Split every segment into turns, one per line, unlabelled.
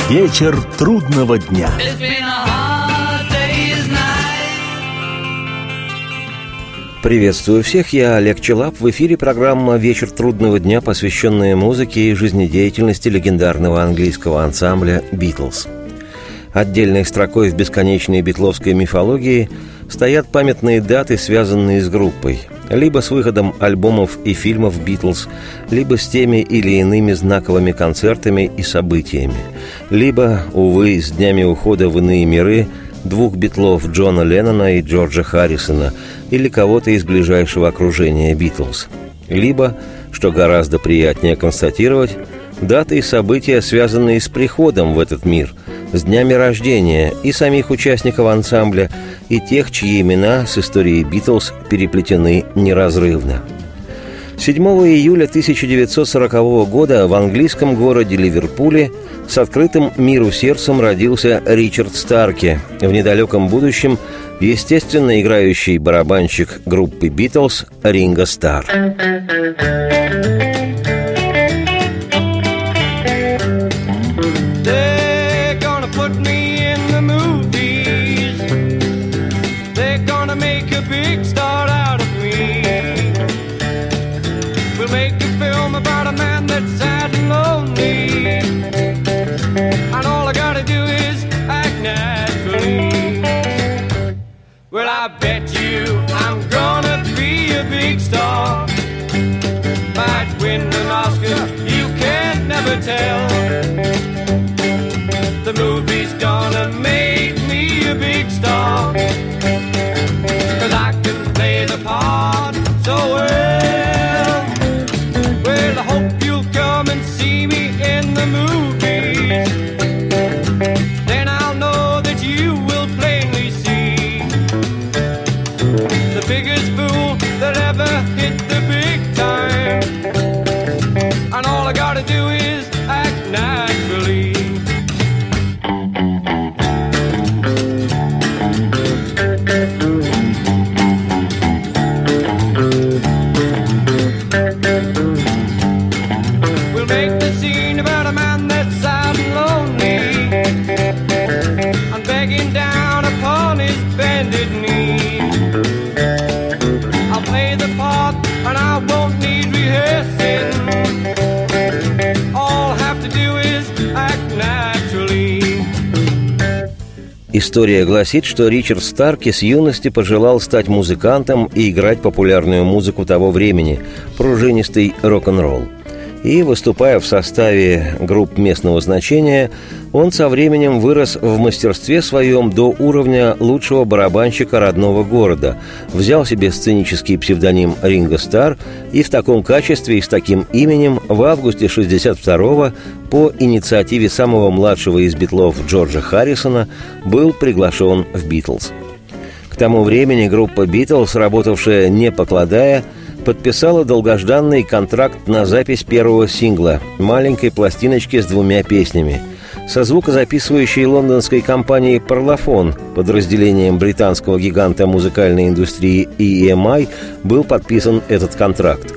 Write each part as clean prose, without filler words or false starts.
Вечер трудного дня.
Приветствую всех, я Олег Челап. В эфире программа «Вечер трудного дня», посвященная музыке и жизнедеятельности легендарного английского ансамбля «Битлз». Отдельной строкой в бесконечной битловской мифологии стоят памятные даты, связанные с группой, либо с выходом альбомов и фильмов «Битлз», либо с теми или иными знаковыми концертами и событиями, либо, увы, с днями ухода в иные миры двух битлов Джона Леннона и Джорджа Харрисона или кого-то из ближайшего окружения «Битлз», либо, что гораздо приятнее констатировать, даты и события, связанные с приходом в этот мир, с днями рождения и самих участников ансамбля, и тех, чьи имена с историей «Битлз» переплетены неразрывно. 7 июля 1940 года в английском городе Ливерпуле с открытым миру сердцем родился Ричард Старки, в недалеком будущем естественно играющий барабанщик группы «Битлз» Ринго Стар.
I bet you I'm gonna be a big star. Might win an Oscar, you can never tell. The movie's gonna make me a big star, 'cause I can play the part so well. Well, I hope you'll come and see me in the movies. Then I'll know that you will plainly see the biggest fool that ever hit the big time. And all I gotta do is act naturally. We'll make the scene about a man that's sad and lonely and begging down upon his bended knee. I'll play the part and I won't need rehearsing. All I have to do is act naturally.
История гласит, что Ричард Старки с юности пожелал стать музыкантом и играть популярную музыку того времени – пружинистый рок-н-ролл. И, выступая в составе групп местного значения, он со временем вырос в мастерстве своем до уровня лучшего барабанщика родного города, взял себе сценический псевдоним Ринго Стар и в таком качестве и с таким именем в августе 1962-го по инициативе самого младшего из битлов Джорджа Харрисона был приглашен в «Битлз». К тому времени группа «Битлз», работавшая не покладая, подписала долгожданный контракт на запись первого сингла, маленькой пластиночки с 2 песнями. Со звукозаписывающей лондонской компанией «Парлофон», подразделением британского гиганта музыкальной индустрии EMI, был подписан этот контракт.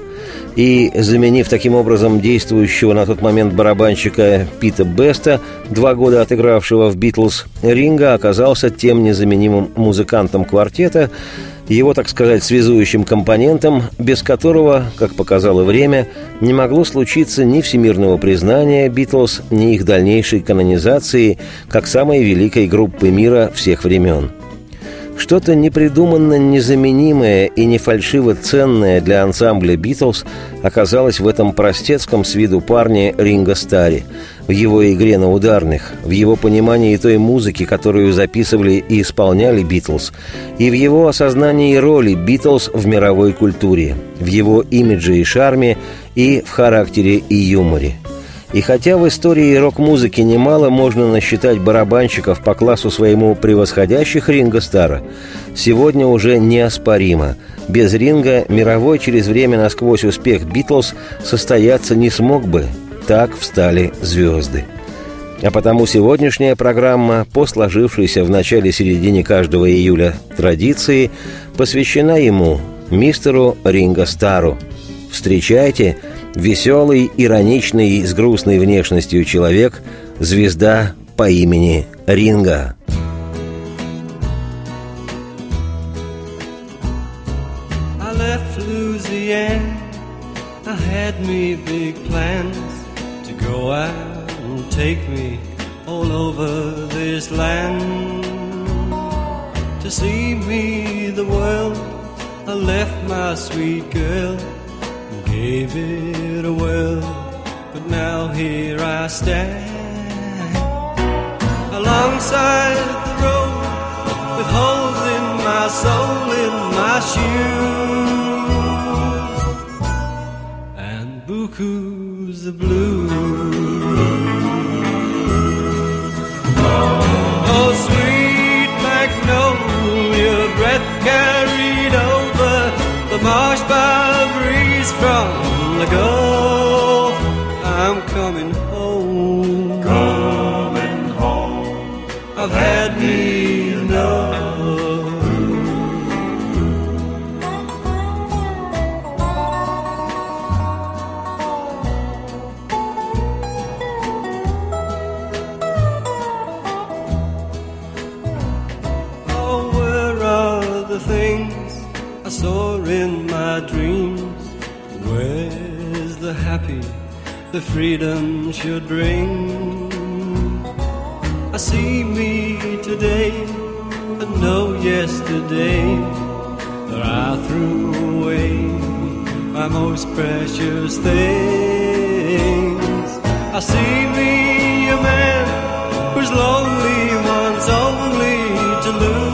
И, заменив таким образом действующего на тот момент барабанщика Пита Беста, 2 года отыгравшего в «Битлз», Ринго оказался тем незаменимым музыкантом квартета, его, так сказать, связующим компонентом, без которого, как показало время, не могло случиться ни всемирного признания «Битлз», ни их дальнейшей канонизации как самой великой группы мира всех времен. Что-то непридуманно незаменимое и не фальшиво ценное для ансамбля «Битлз» оказалось в этом простецком с виду парне Ринго Старе, в его игре на ударных, в его понимании той музыки, которую записывали и исполняли «Битлз», и в его осознании роли «Битлз» в мировой культуре, в его имидже и шарме, и в характере и юморе. И хотя в истории рок-музыки немало можно насчитать барабанщиков по классу своему превосходящих Ринго Стара, сегодня уже неоспоримо. Без Ринго мировой через время насквозь успех «Битлз» состояться не смог бы. Так встали звезды. А потому сегодняшняя программа, по сложившейся в начале-середине каждого июля традиции, посвящена ему, мистеру Ринго Стару. Встречайте, веселый, ироничный, с грустной внешностью человек, звезда по имени Ринго.
I left Louisiana, I had me big plans to go out and take me all over this land. To see me the world, I left my sweet girl and gave it a whirl. But now here I stand alongside the road with holes in my soul, in my shoes, and bukus of blues. Oh, sweet magnolia, breath carried over the marsh by a breeze from the Gulf. I'm coming home, coming home. I've had me enough. Things I saw in my dreams. Where's the happy the freedom should bring? I see me today and know yesterday that I threw away my most precious things. I see me a man who's lonely, wants only to lose.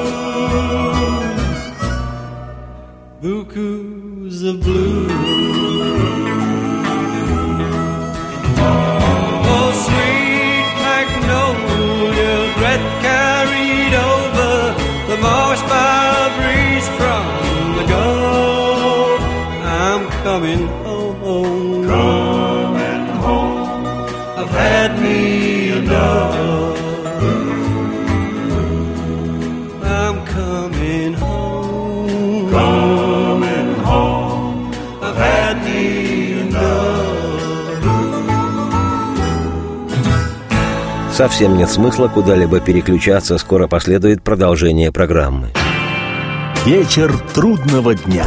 Bukus of blues. Oh, sweet magnolia, breath carried over the marsh by a breeze from the Gulf. I'm coming home, coming home. I've had me enough. I'm coming home, coming home. I've had me enough.
Совсем нет смысла куда-либо переключаться, скоро последует продолжение программы.
Вечер трудного дня.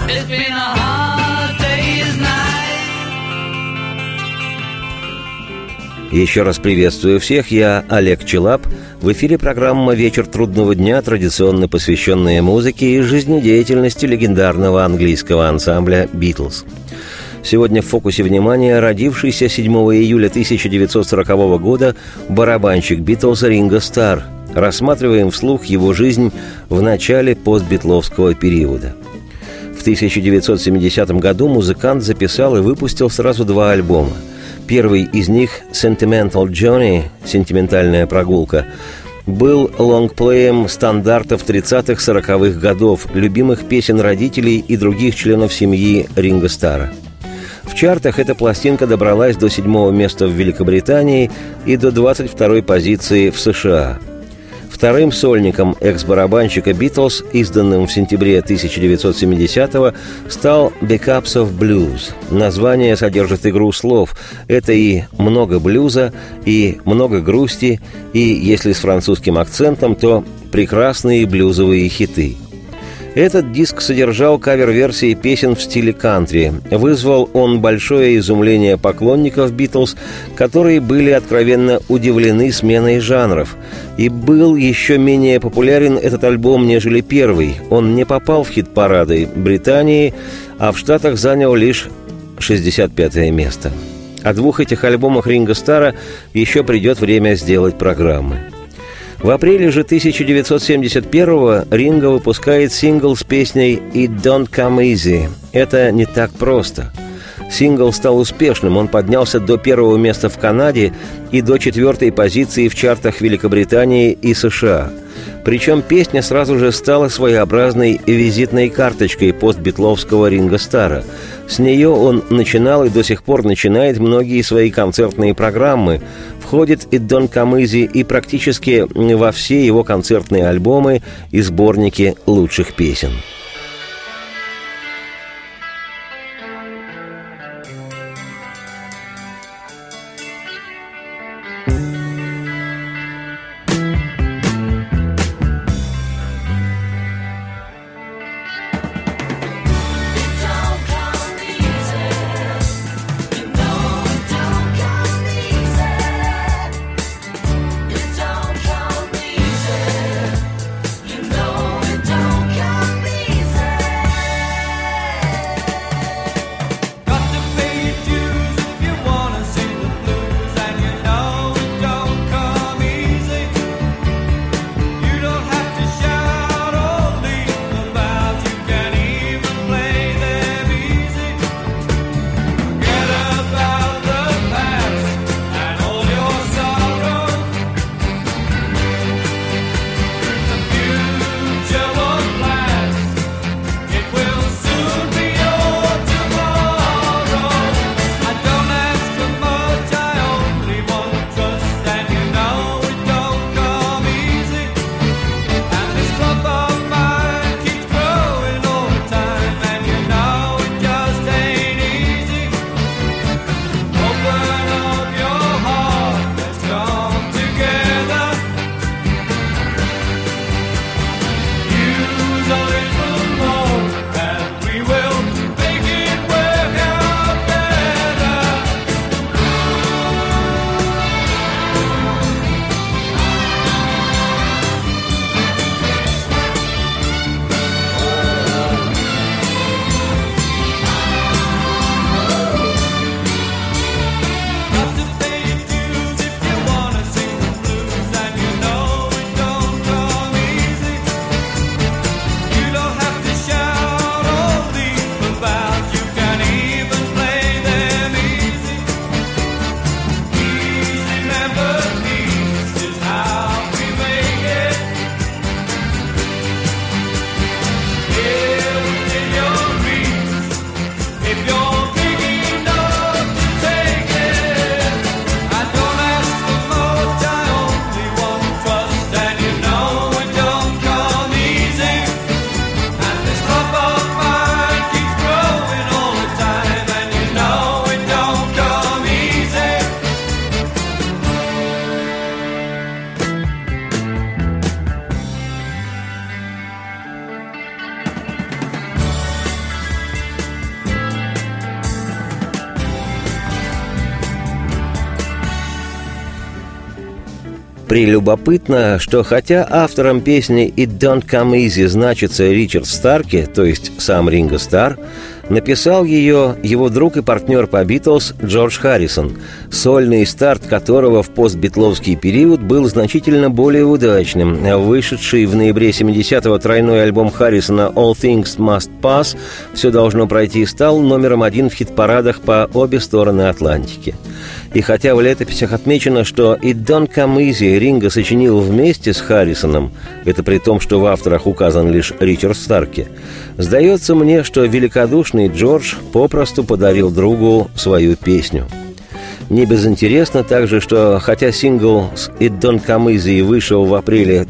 Еще раз приветствую всех, я Олег Челап. В эфире программа «Вечер трудного дня», традиционно посвященная музыке и жизнедеятельности легендарного английского ансамбля «Битлз». Сегодня в фокусе внимания родившийся 7 июля 1940 года барабанщик «Битлз» Ринго Стар. Рассматриваем вслух его жизнь в начале постбитловского периода. В 1970 году музыкант записал и выпустил сразу 2 альбома. Первый из них «Sentimental Journey» – «Сентиментальная прогулка» был лонгплеем стандартов 30-40-х годов, любимых песен родителей и других членов семьи Ринго Стара. В чартах эта пластинка добралась до 7-го места в Великобритании и до 22-й позиции в США. Вторым сольником экс-барабанщика «Битлз», изданным в сентябре 1970-го, стал «Backups of Blues». Название содержит игру слов. Это и много блюза, и много грусти, и, если с французским акцентом, то прекрасные блюзовые хиты. Этот диск содержал кавер-версии песен в стиле кантри. Вызвал он большое изумление поклонников «Битлз», которые были откровенно удивлены сменой жанров. И был еще менее популярен этот альбом, нежели первый. Он не попал в хит-парады Британии, а в Штатах занял лишь 65-е место. О 2 этих альбомах Ринго Стара еще придет время сделать программы. В апреле же 1971-го Ринго выпускает сингл с песней «It Don't Come Easy». Это не так просто. Сингл стал успешным, он поднялся до 1-го места в Канаде и до 4-й позиции в чартах Великобритании и США. Причем песня сразу же стала своеобразной визитной карточкой постбитловского Ринго Стара. С нее он начинал и до сих пор начинает многие свои концертные программы. Входит «It Don't Come Easy» и практически во все его концертные альбомы и сборники лучших песен. Прелюбопытно, что хотя автором песни «It Don't Come Easy» значится Ричард Старки, то есть сам Ринго Стар, написал ее его друг и партнер по «Битлз» Джордж Харрисон, сольный старт которого в постбитловский период был значительно более удачным. Вышедший в ноябре 70-го тройной альбом Харрисона «All Things Must Pass» «Все должно пройти» стал номером 1 в хит-парадах по обе стороны Атлантики. И хотя в летописях отмечено, что «It Don't Come Easy» Ринго сочинил вместе с Харрисоном, это при том, что в авторах указан лишь Ричард Старки, сдается мне, что великодушный Джордж попросту подарил другу свою песню. Не безинтересно также, что хотя сингл с «It Don't Come Easy» вышел в апреле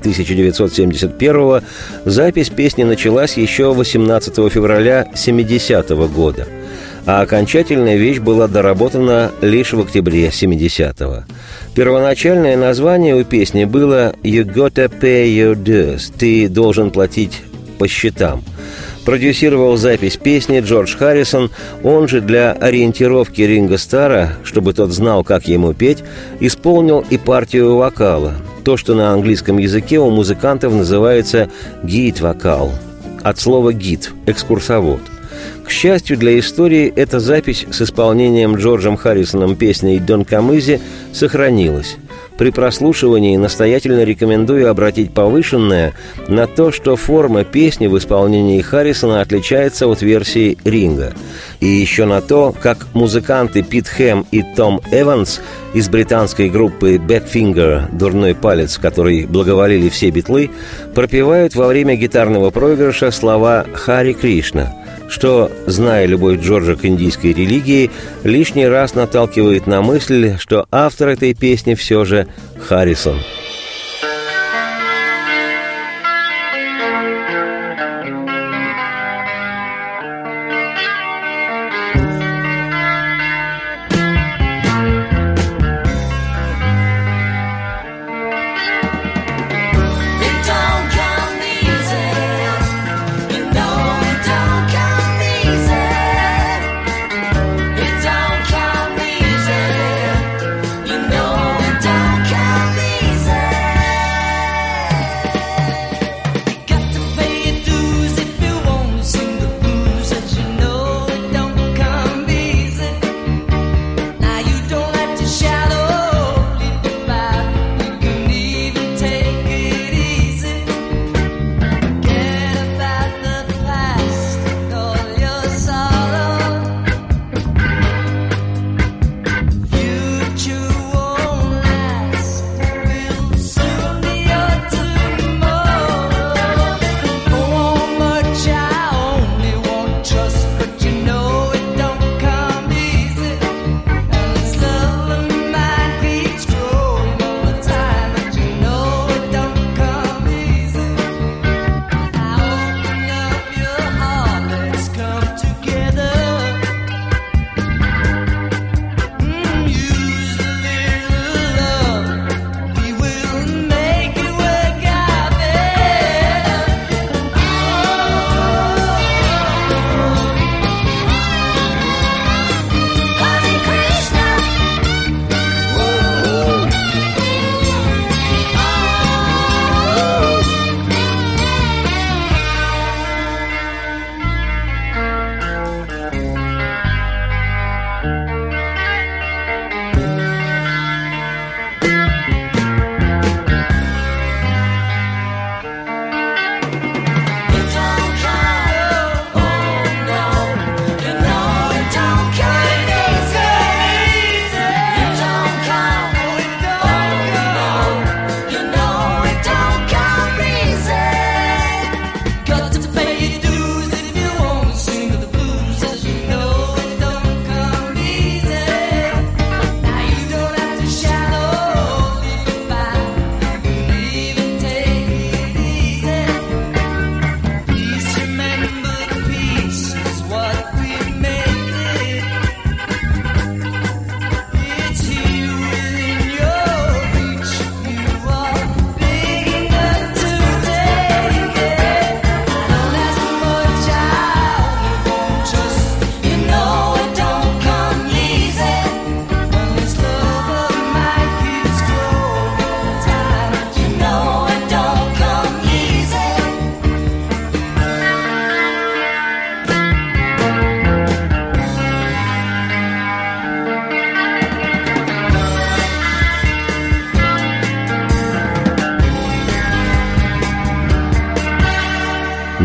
1971-го, запись песни началась еще 18 февраля 1970 года, а окончательная вещь была доработана лишь в октябре 70-го. Первоначальное название у песни было «You gotta pay your dues» – «Ты должен платить по счетам». Продюсировал запись песни Джордж Харрисон, он же для ориентировки Ринго Стара, чтобы тот знал, как ему петь, исполнил и партию вокала, то, что на английском языке у музыкантов называется «гид-вокал», от слова «гид» – «экскурсовод». К счастью для истории, эта запись с исполнением Джорджем Харрисоном песни «Don't Come Easy» сохранилась. При прослушивании настоятельно рекомендую обратить повышенное на то, что форма песни в исполнении Харрисона отличается от версии Ринго. И еще на то, как музыканты Пит Хэм и Том Эванс из британской группы Badfinger «Дурной палец», которой благоволили все битлы, пропевают во время гитарного проигрыша слова «Хари Кришна», что, зная любовь Джорджа к индийской религии, лишний раз наталкивает на мысль, что автор этой песни все же Харрисон.
Easy.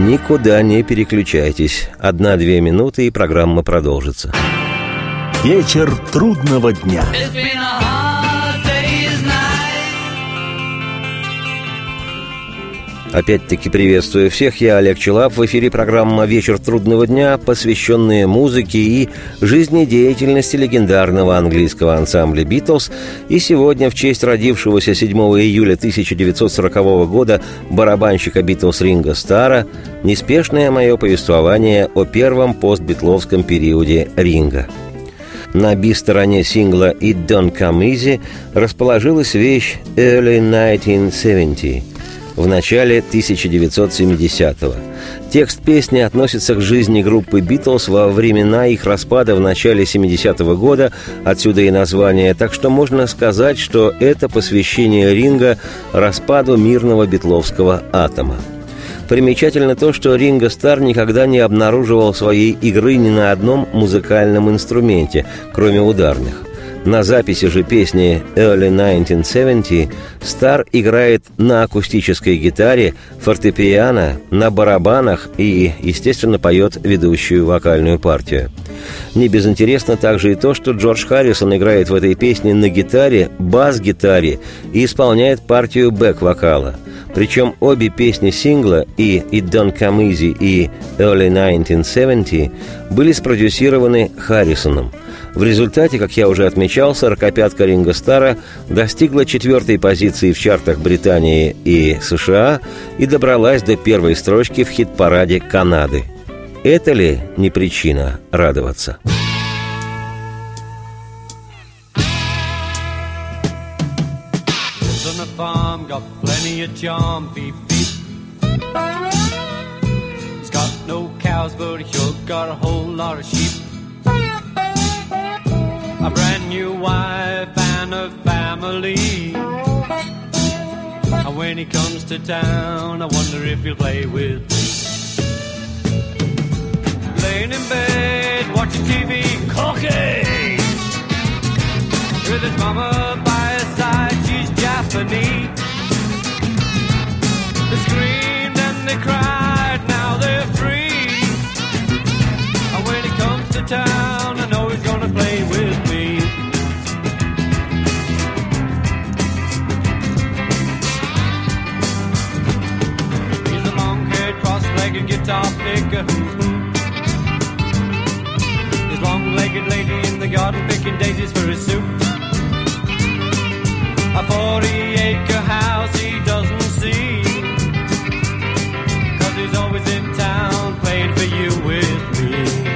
Никуда не переключайтесь. 1-2 минуты, и программа продолжится.
Вечер трудного дня.
Опять-таки приветствую всех, я Олег Челап. В эфире программа «Вечер трудного дня», посвященная музыке и жизнедеятельности легендарного английского ансамбля «Битлз». И сегодня в честь родившегося 7 июля 1940 года барабанщика «Битлз» Ринго Старра неспешное мое повествование о первом постбитловском периоде Ринго. На би-стороне сингла «It Don't Come Easy» расположилась вещь «Early 1970» в начале 1970-го. Текст песни относится к жизни группы «Битлз» во времена их распада в начале 70-го года, отсюда и название, так что можно сказать, что это посвящение Ринго распаду мирного битловского атома. Примечательно то, что Ринго Старр никогда не обнаруживал своей игры ни на одном музыкальном инструменте, кроме ударных. На записи же песни «Early 1970» Старр играет на акустической гитаре, фортепиано, на барабанах и, естественно, поет ведущую вокальную партию. Не безинтересно также и то, что Джордж Харрисон играет в этой песне на гитаре, бас-гитаре и исполняет партию бэк-вокала. Причем обе песни сингла, и «It Don't Come Easy» и «Early 1970» были спродюсированы Харрисоном. В результате, как я уже отмечал, сорокопятка Ринго Старра достигла 4-й позиции в чартах Британии и США и добралась до 1-й строчки в хит-параде Канады. Это ли не причина радоваться?
A brand new wife and a family. And when he comes to town, I wonder if he'll play with me. Laying in bed, watching TV, cookies. With his mama by his side, she's Japanese. They screamed and they cried, now they're free. And when he comes to town, I know he's gonna play with me. He's a long-haired, cross-legged guitar picker. His long-legged lady in the garden picking daisies for his soup. A 40-acre house he doesn't see, 'cause he's always in town playing for you with me.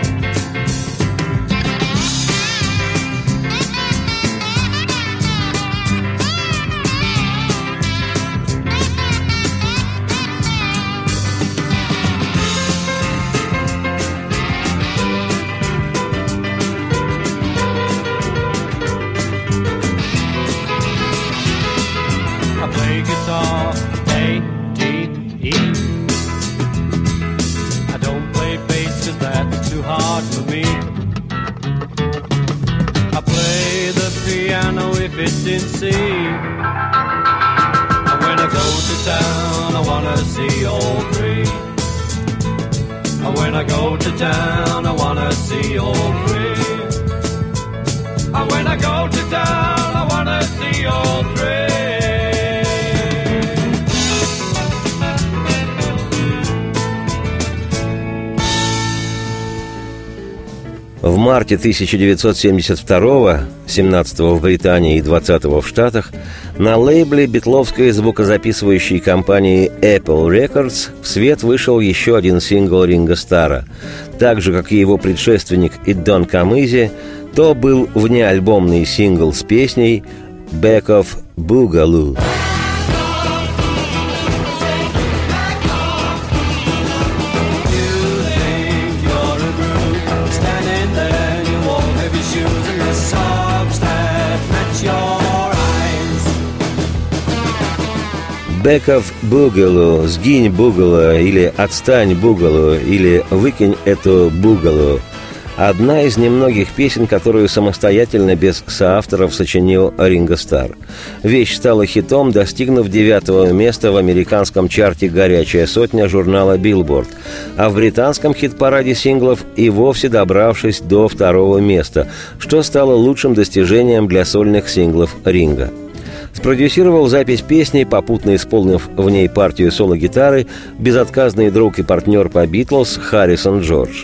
Guitar, A, D, E. I don't play bass 'cause that's too hard for me. I play the piano if it's in C. And when I go to town, I wanna see all three. And when I go to town, I wanna see all three. And when I go to town, I wanna see all three.
В марте 1972-го, 17-го в Британии и 20-го в Штатах, на лейбле битловской звукозаписывающей компании Apple Records в свет вышел еще один сингл Ринго Старра. Так же, как и его предшественник «It Don't Come Easy», то был внеальбомный сингл с песней «Back of Boogaloo». «Back of Boogaloo», «Сгинь, Бугало» или «Отстань, Бугало» или «Выкинь эту Бугало». Одна из немногих песен, которую самостоятельно без соавторов сочинил Ринго Стар. Вещь стала хитом, достигнув 9-го места в американском чарте «Горячая сотня» журнала Billboard, а в британском хит-параде синглов и вовсе добравшись до 2-го места, что стало лучшим достижением для сольных синглов Ринго. Спродюсировал запись песни, попутно исполнив в ней партию соло-гитары, безотказный друг и партнер по «Битлз» Харрисон Джордж.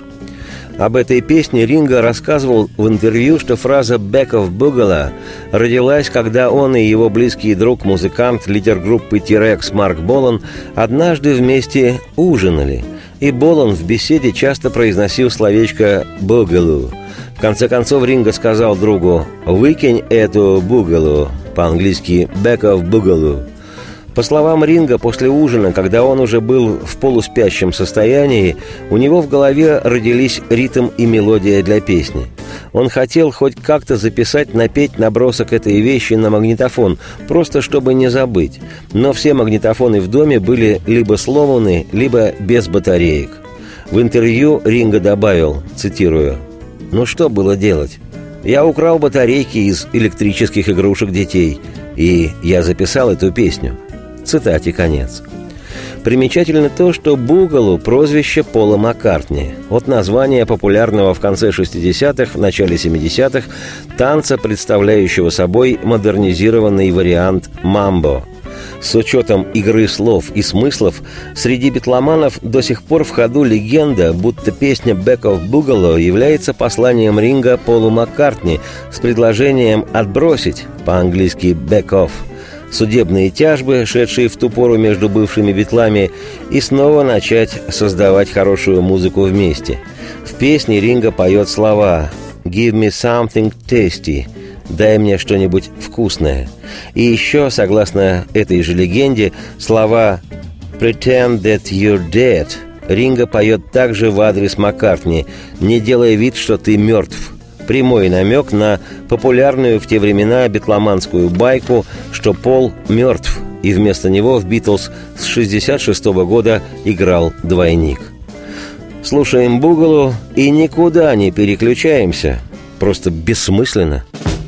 Об этой песне Ринго рассказывал в интервью, что фраза «Back of Boogaloo» родилась, когда он и его близкий друг, музыкант, лидер группы T-Rex Марк Болан однажды вместе ужинали, и Болан в беседе часто произносил словечко «Boogaloo». В конце концов Ринго сказал другу «Выкинь эту Boogaloo», по-английски «Back of Boogaloo». По словам Ринго, после ужина, когда он уже был в полуспящем состоянии, у него в голове родились ритм и мелодия для песни. Он хотел хоть как-то записать, напеть набросок этой вещи на магнитофон, просто чтобы не забыть. Но все магнитофоны в доме были либо сломаны, либо без батареек. В интервью Ринго добавил, цитирую, «Ну что было делать? Я украл батарейки из электрических игрушек детей, и я записал эту песню». Цитате конец. Примечательно то, что «Бугалу» — прозвище Пола Маккартни. От названия популярного в конце 60-х, начале 70-х танца, представляющего собой модернизированный вариант «мамбо». С учетом игры слов и смыслов, среди битломанов до сих пор в ходу легенда, будто песня «Back of Boogaloo» является посланием Ринго Полу Маккартни с предложением отбросить, по-английски «back off», судебные тяжбы, шедшие в ту пору между бывшими битлами, и снова начать создавать хорошую музыку вместе. В песне Ринго поет слова «Give me something tasty», «Дай мне что-нибудь вкусное». И еще, согласно этой же легенде, слова «Pretend that you're dead» Ринго поет также в адрес Маккартни, не делая вид, что ты мертв. Прямой намек на популярную в те времена битломанскую байку, что Пол мертв, и вместо него в «Битлз» с 1966 года играл двойник. Слушаем «Бугалу» и никуда не переключаемся. Просто бессмысленно.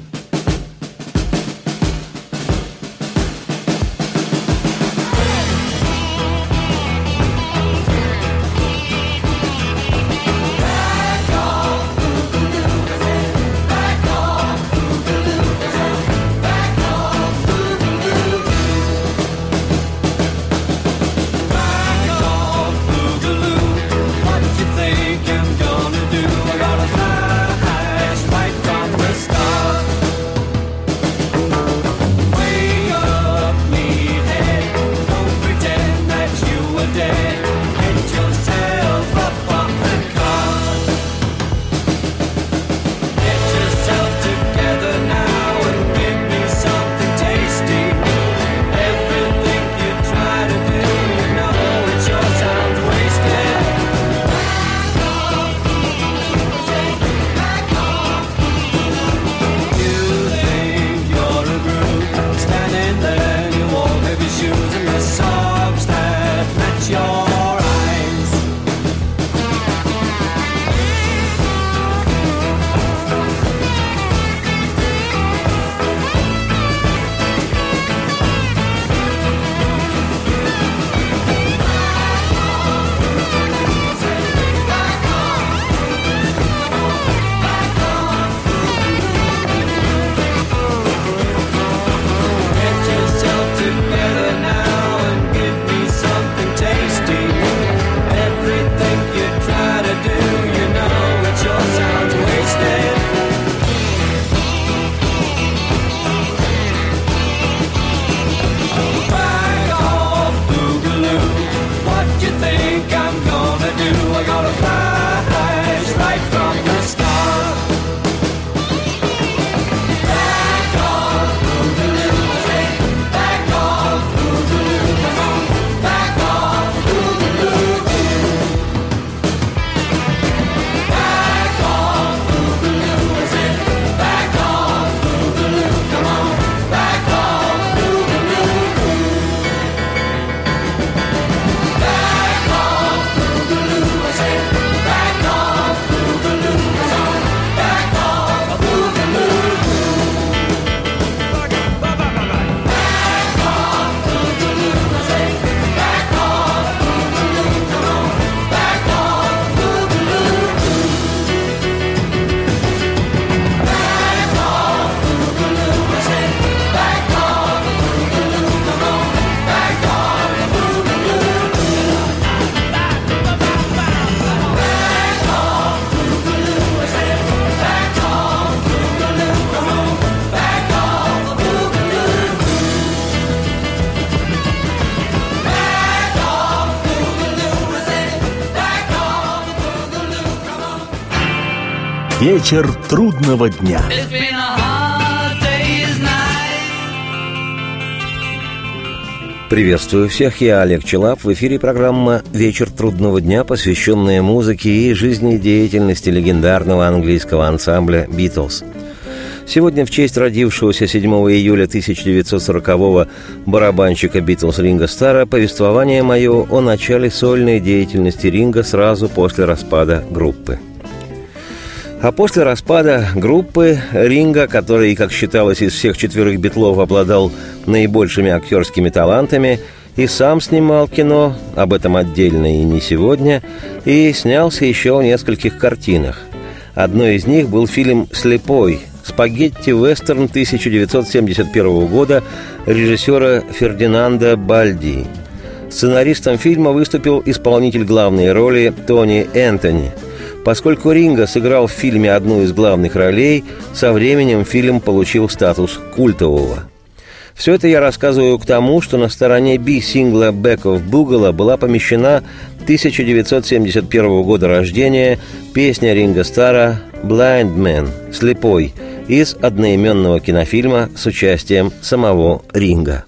What you think I'm gonna do? I gotta fly right from the start.
Вечер трудного дня.
Приветствую всех, я Олег Челап. В эфире программа «Вечер трудного дня», посвященная музыке и жизнедеятельности легендарного английского ансамбля «Битлз». Сегодня в честь родившегося 7 июля 1940-го барабанщика «Битлз» Ринго Старра повествование мое о начале сольной деятельности Ринго сразу после распада группы. А после распада группы Ринго, который, как считалось, из всех четверых битлов обладал наибольшими актерскими талантами, и сам снимал кино, об этом отдельно и не сегодня, и снялся еще в нескольких картинах. Одной из них был фильм «Слепой», спагетти-вестерн 1971 года режиссера Фердинанда Бальди. Сценаристом фильма выступил исполнитель главной роли Тони Энтони. Поскольку Ринго сыграл в фильме одну из главных ролей, со временем фильм получил статус культового. Все это я рассказываю к тому, что на стороне B сингла «Back of Boogaloo» была помещена 1971 года рождения песня Ринго Старра «Blind Man» – «Слепой» из одноименного кинофильма с участием самого Ринго.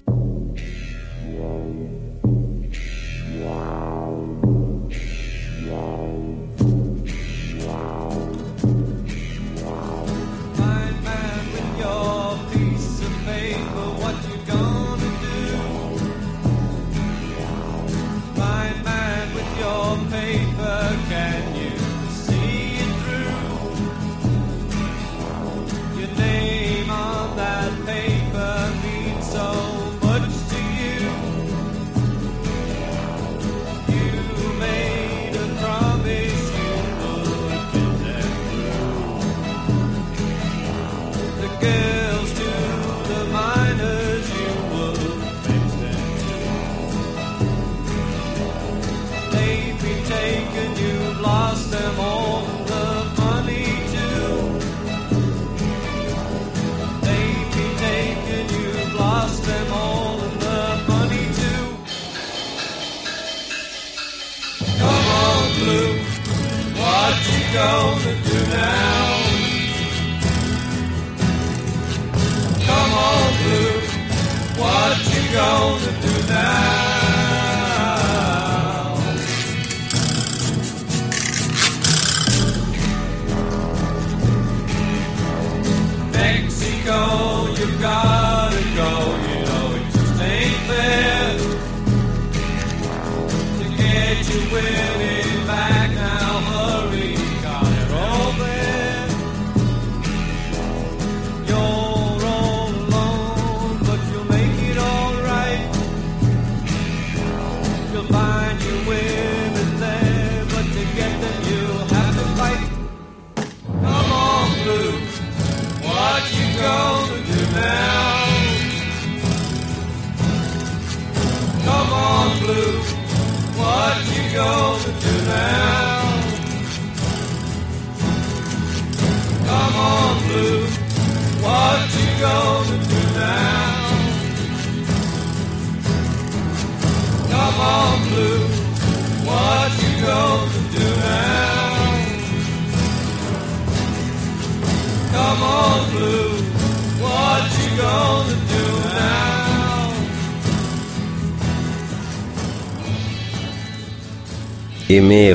Имея в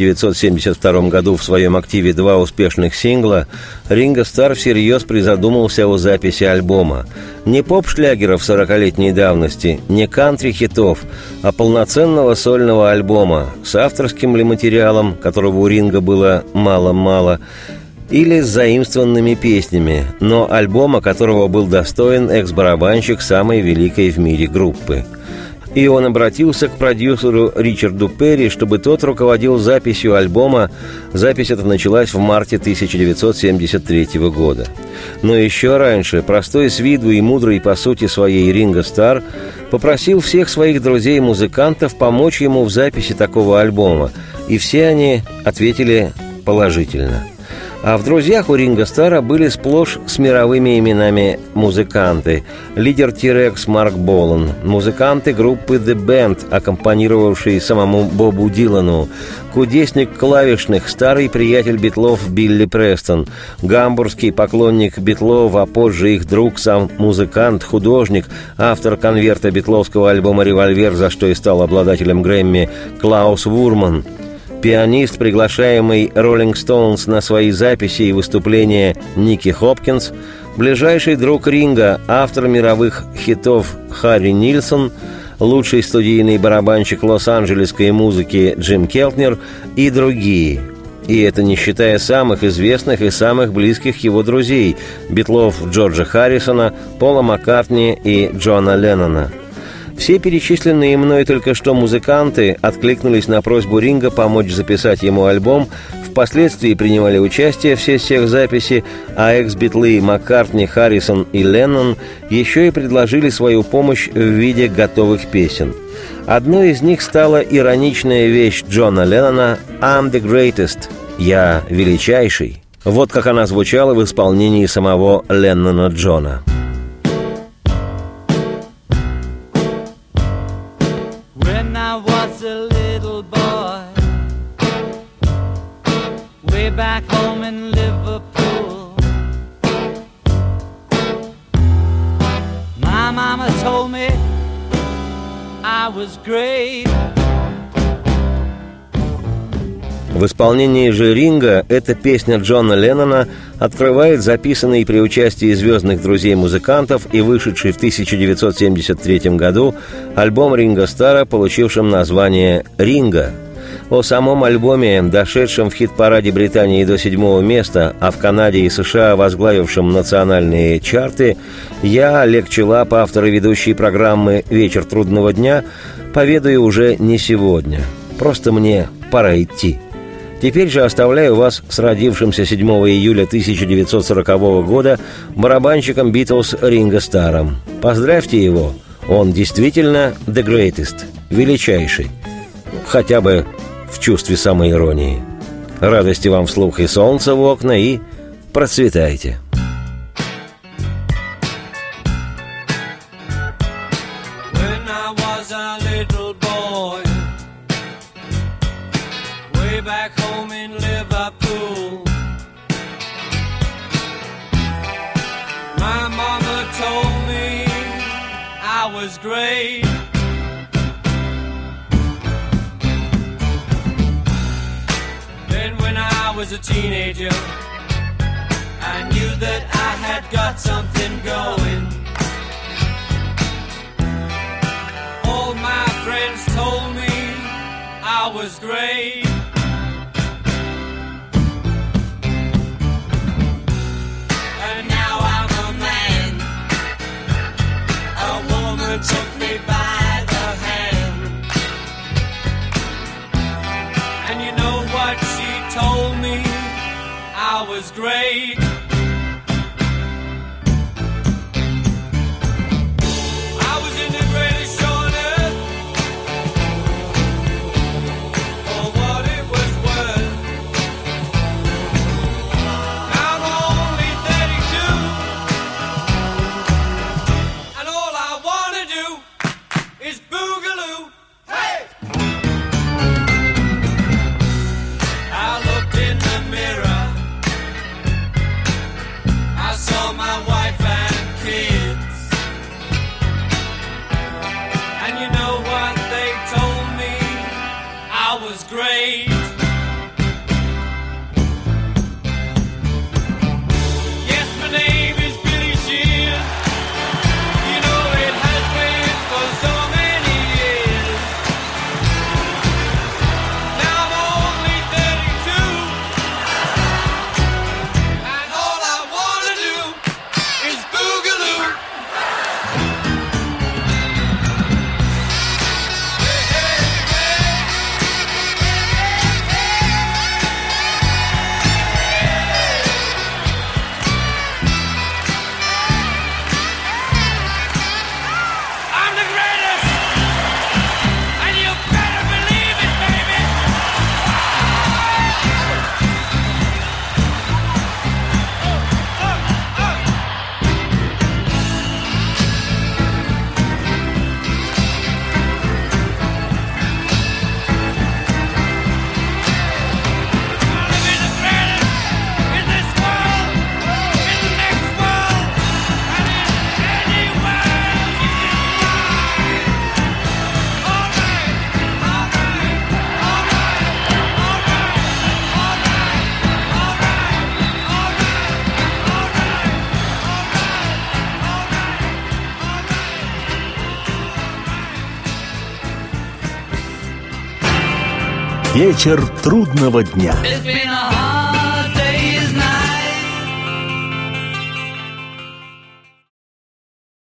1972 году в своем активе два успешных сингла, Ринго Старр всерьез призадумался о записи альбома. Не поп-шлягеров 40-летней давности, не кантри-хитов, а полноценного сольного альбома с авторским ли материалом, которого у Ринго было мало-мало, или с заимствованными песнями, но альбома, которого был достоин экс-барабанщик самой великой в мире группы. И он обратился к продюсеру Ричарду Перри, чтобы тот руководил записью альбома. Запись эта началась в марте 1973 года. Но еще раньше простой с виду и мудрый по сути своей Ринго Старр попросил всех своих друзей-музыкантов помочь ему в записи такого альбома, и все они ответили положительно. А в друзьях у Ринго Старра были сплошь с мировыми именами музыканты. Лидер T-Rex Марк Болан, музыканты группы The Band, аккомпанировавшие самому Бобу Дилану, кудесник клавишных, старый приятель Битлов Билли Престон, гамбургский поклонник Битлов, а позже их друг, сам музыкант, художник, автор конверта битловского альбома «Револьвер», за что и стал обладателем Грэмми, Клаус Вурман, пианист, приглашаемый Rolling Stones на свои записи и выступления Ники Хопкинс, ближайший друг Ринга, автор мировых хитов Харри Нильсон, лучший студийный барабанщик лос-анджелесской музыки Джим Келтнер и другие. И это не считая самых известных и самых близких его друзей – битлов Джорджа Харрисона, Пола Маккартни и Джона Леннона. Все перечисленные мной только что музыканты откликнулись на просьбу Ринга помочь записать ему альбом, впоследствии принимали участие в сессиях записи, а экс-битлы Маккартни, Харрисон и Леннон еще и предложили свою помощь в виде готовых песен. Одной из них стала ироничная вещь Джона Леннона «I'm the greatest» – «Я величайший». Вот как она звучала в исполнении самого Леннона Джона.
Back home in Liverpool, my mama told me I was great.
В исполнении же Ринга эта песня Джона Леннона открывает записанный при участии звездных друзей-музыкантов и вышедший в 1973 году альбом Ринго Старра, получившим название «Ринго». О самом альбоме, дошедшем в хит-параде Британии до 7-го места, а в Канаде и США возглавившем национальные чарты, я, Олег Челап, автор и ведущий программы «Вечер трудного дня», поведаю уже не сегодня. Просто мне пора идти. Теперь же оставляю вас с родившимся 7 июля 1940 года барабанщиком «Битлз» Ринго Старром. Поздравьте его, он действительно «the greatest», величайший. Хотя бы в чувстве самоиронии. Радости вам вслух и солнца в окна, и процветайте.
When I was a little boy, way back home in Liverpool, my mama told me I was great. I was a teenager, I knew that I had got something going. All my friends told me I was great. And now I'm a man. A woman took me by the hand. And you know what she told me? I was great. I was in the greatest show on earth, for what it was worth. Now I'm only 32, and all I wanna do is boogaloo. Hey! I looked in the mirror, I saw my wife and kids, and you know what they told me? I was great. Yes, my name is Billy Shears. You know it has been for so many years. Now I'm only 32, and all I wanna do is boogaloo. Hey, hey, hey.
Вечер трудного дня.
It's been a